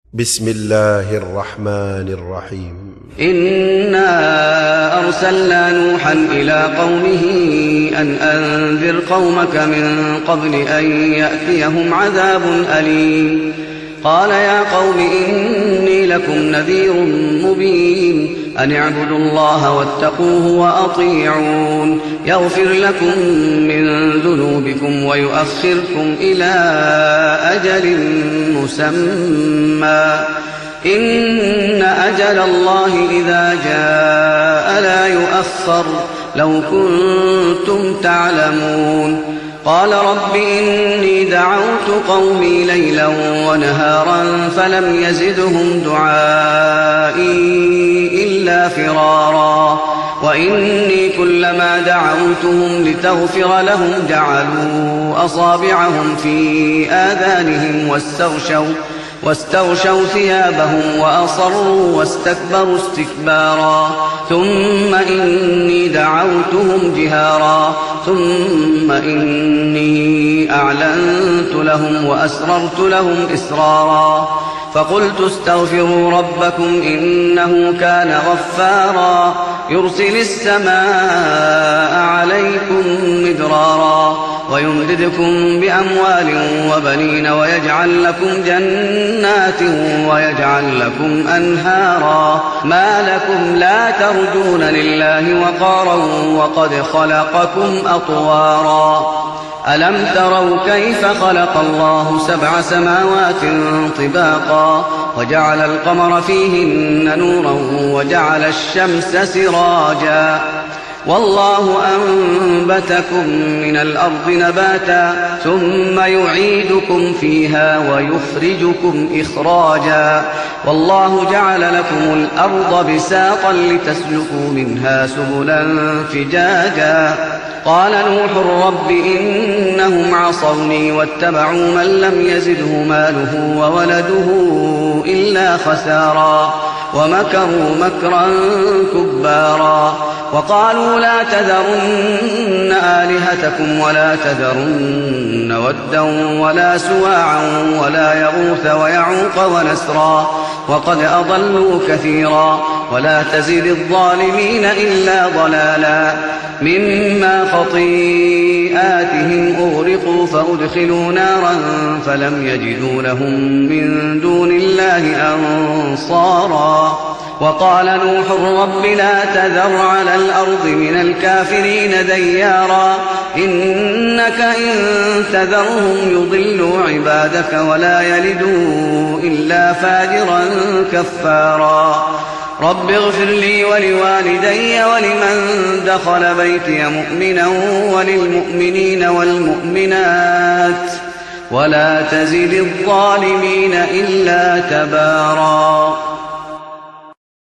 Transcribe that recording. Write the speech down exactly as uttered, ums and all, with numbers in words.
بسم الله الرحمن الرحيم إنا أرسلنا نوحا إلى قومه أن أنذر قومك من قبل أن يأتيهم عذاب أليم. قال يا قوم إني لكم نذير مبين أن اعبدوا الله واتقوه وأطيعون يغفر لكم من ذنوبكم ويؤخركم إلى أجل مسمى إن أجل الله إذا جاء لا يؤخر لو كنتم تعلمون. قال رب إني دعوت قومي ليلا ونهارا فلم يزدهم دعائي إلا فرارا وإني كلما دعوتهم لتغفر لهم جعلوا أصابعهم في آذانهم واستغشوا واستغشوا ثيابهم وأصروا واستكبروا استكبارا ثم إني دعوتهم جهارا ثم إني أعلنت لهم وأسررت لهم إسرارا فقلت استغفروا ربكم إنه كان غفارا يرسل السماء عليكم مدرارا ويمددكم بأموال وبنين ويجعل لكم جنات ويجعل لكم أنهارا ما لكم لا ترجون لله وقارا وقد خلقكم أطوارا ألم تروا كيف خلق الله سبع سماوات طباقا وجعل القمر فيهن نورا وجعل الشمس سراجا والله أنبتكم من الأرض نباتا ثم يعيدكم فيها ويخرجكم إخراجا والله جعل لكم الأرض بساطا لتسلكوا منها سبلا فجاجا. قال نوح رب إنهم عصوني واتبعوا من لم يزده ماله وولده إلا خسارا ومكروا مكرا كبارا وقالوا لا تذرن آلهتكم ولا تذرن ودا ولا سواعا ولا يغوث ويعوق ونسرا وقد أضلوا كثيرا ولا تزد الظالمين إلا ضلالا. مما خطيئاتهم أغرقوا فأدخلوا نارا فلم يجدوا لهم من دون الله أنصارا. وقال نوح رب لا تذر على الأرض من الكافرين ديارا إنك إن تذرهم يضلوا عبادك ولا يلدوا إلا فاجرا كفارا. رب اغفر لي ولوالدي ولمن دخل بيتي مؤمنا وللمؤمنين والمؤمنات ولا تزد الظالمين إلا تبارا.